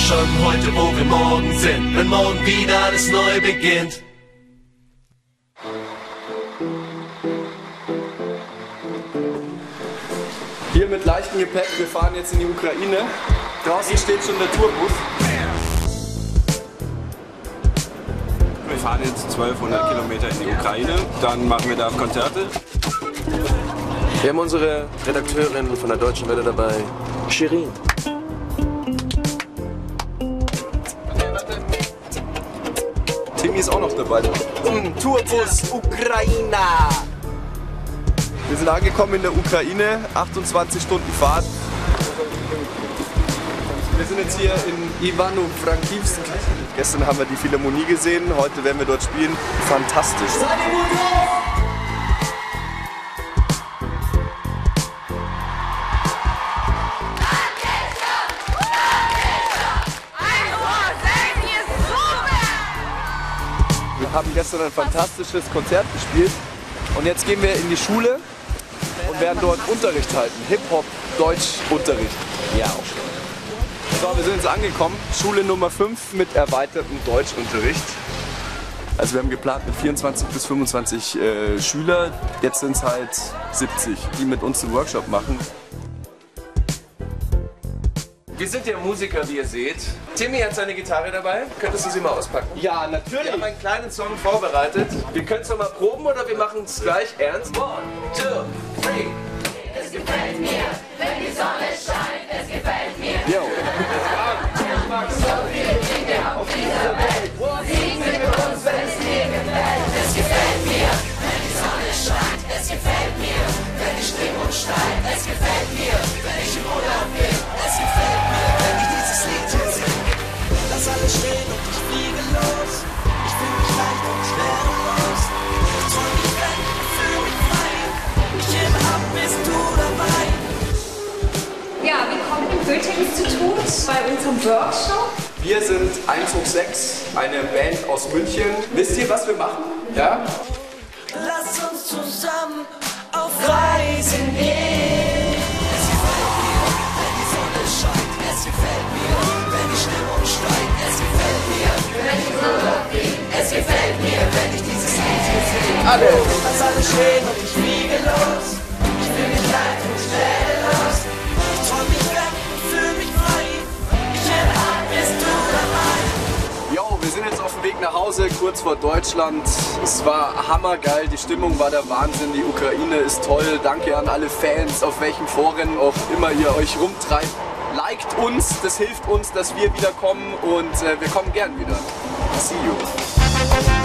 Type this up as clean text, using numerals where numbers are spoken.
schon heute, wo wir morgen sind, wenn morgen wieder alles neu beginnt. Hier mit leichtem Gepäck, wir fahren jetzt in die Ukraine. Draußen steht schon der Tourbus. Wir fahren jetzt 1200 Kilometer in die Ukraine, dann machen wir da Konzerte. Wir haben unsere Redakteurin von der Deutschen Welle dabei, Shirin. Timmy ist auch noch dabei. Tourbus Ukraine. Wir sind angekommen in der Ukraine, 28 Stunden Fahrt. Wir sind jetzt hier in Ivano-Frankivsk. Gestern haben wir die Philharmonie gesehen, heute werden wir dort spielen. Fantastisch. Wir haben gestern ein fantastisches Konzert gespielt und jetzt gehen wir in die Schule und werden dort Unterricht halten. Hip-Hop, Deutsch-Unterricht. Ja. So, wir sind jetzt angekommen. Schule Nummer 5 mit erweitertem Deutschunterricht. Also wir haben geplant mit 24 bis 25 Schüler. Jetzt sind es halt 70, die mit uns den Workshop machen. Wir sind ja Musiker, wie ihr seht. Timmy hat seine Gitarre dabei. Könntest du sie mal auspacken? Ja, natürlich. Wir haben einen kleinen Song vorbereitet. Wir können es noch mal proben oder wir machen es gleich ernst. 1, 2, 3. Es gefällt mir, wenn die Sonne scheint. Es gefällt mir. Jo. So viele Dinge auf dieser Welt. Sing mit uns, wenn es dir gefällt. Es gefällt mir, wenn die Sonne scheint. Es gefällt mir, wenn die Stimmung steigt. Es gefällt mir, wenn ich im Urlaub bin. Es gefällt mir, wenn ich dieses Lied hier singe. Lass alles stehen und ich fliege los. Ich fühle mich leicht und schwerelos. Ich träum mich weg, ich fühle mich frei. Ich hebe ab, bist du dabei. Ja, willkommen im Goethe-Institut bei unserem Workshop. Wir sind 1 hoch 6, eine Band aus München. Wisst ihr, was wir machen? Ja? Lass uns zusammen auf Reisen gehen. Es gefällt mir, wenn die Sonne scheint. Es gefällt mir, wenn die Stimmung steigt. Es gefällt mir, wenn ich im Urlaub bin. Es gefällt mir, wenn ich dieses Lied hier singe. Alle. Lass alles stehen und ich fliege los. Ich fühle mich leicht und schwerelos. Ich träum mich weg und fühle mich frei. Ich hebe ab, bist du dabei. Jo, wir sind jetzt auf dem Weg nach Hause, kurz vor Deutschland. Es war hammergeil, die Stimmung war der Wahnsinn, die Ukraine ist toll. Danke an alle Fans, auf welchen Foren auch immer ihr euch rumtreibt. Liked uns, das hilft uns, dass wir wiederkommen und wir kommen gern wieder. See you.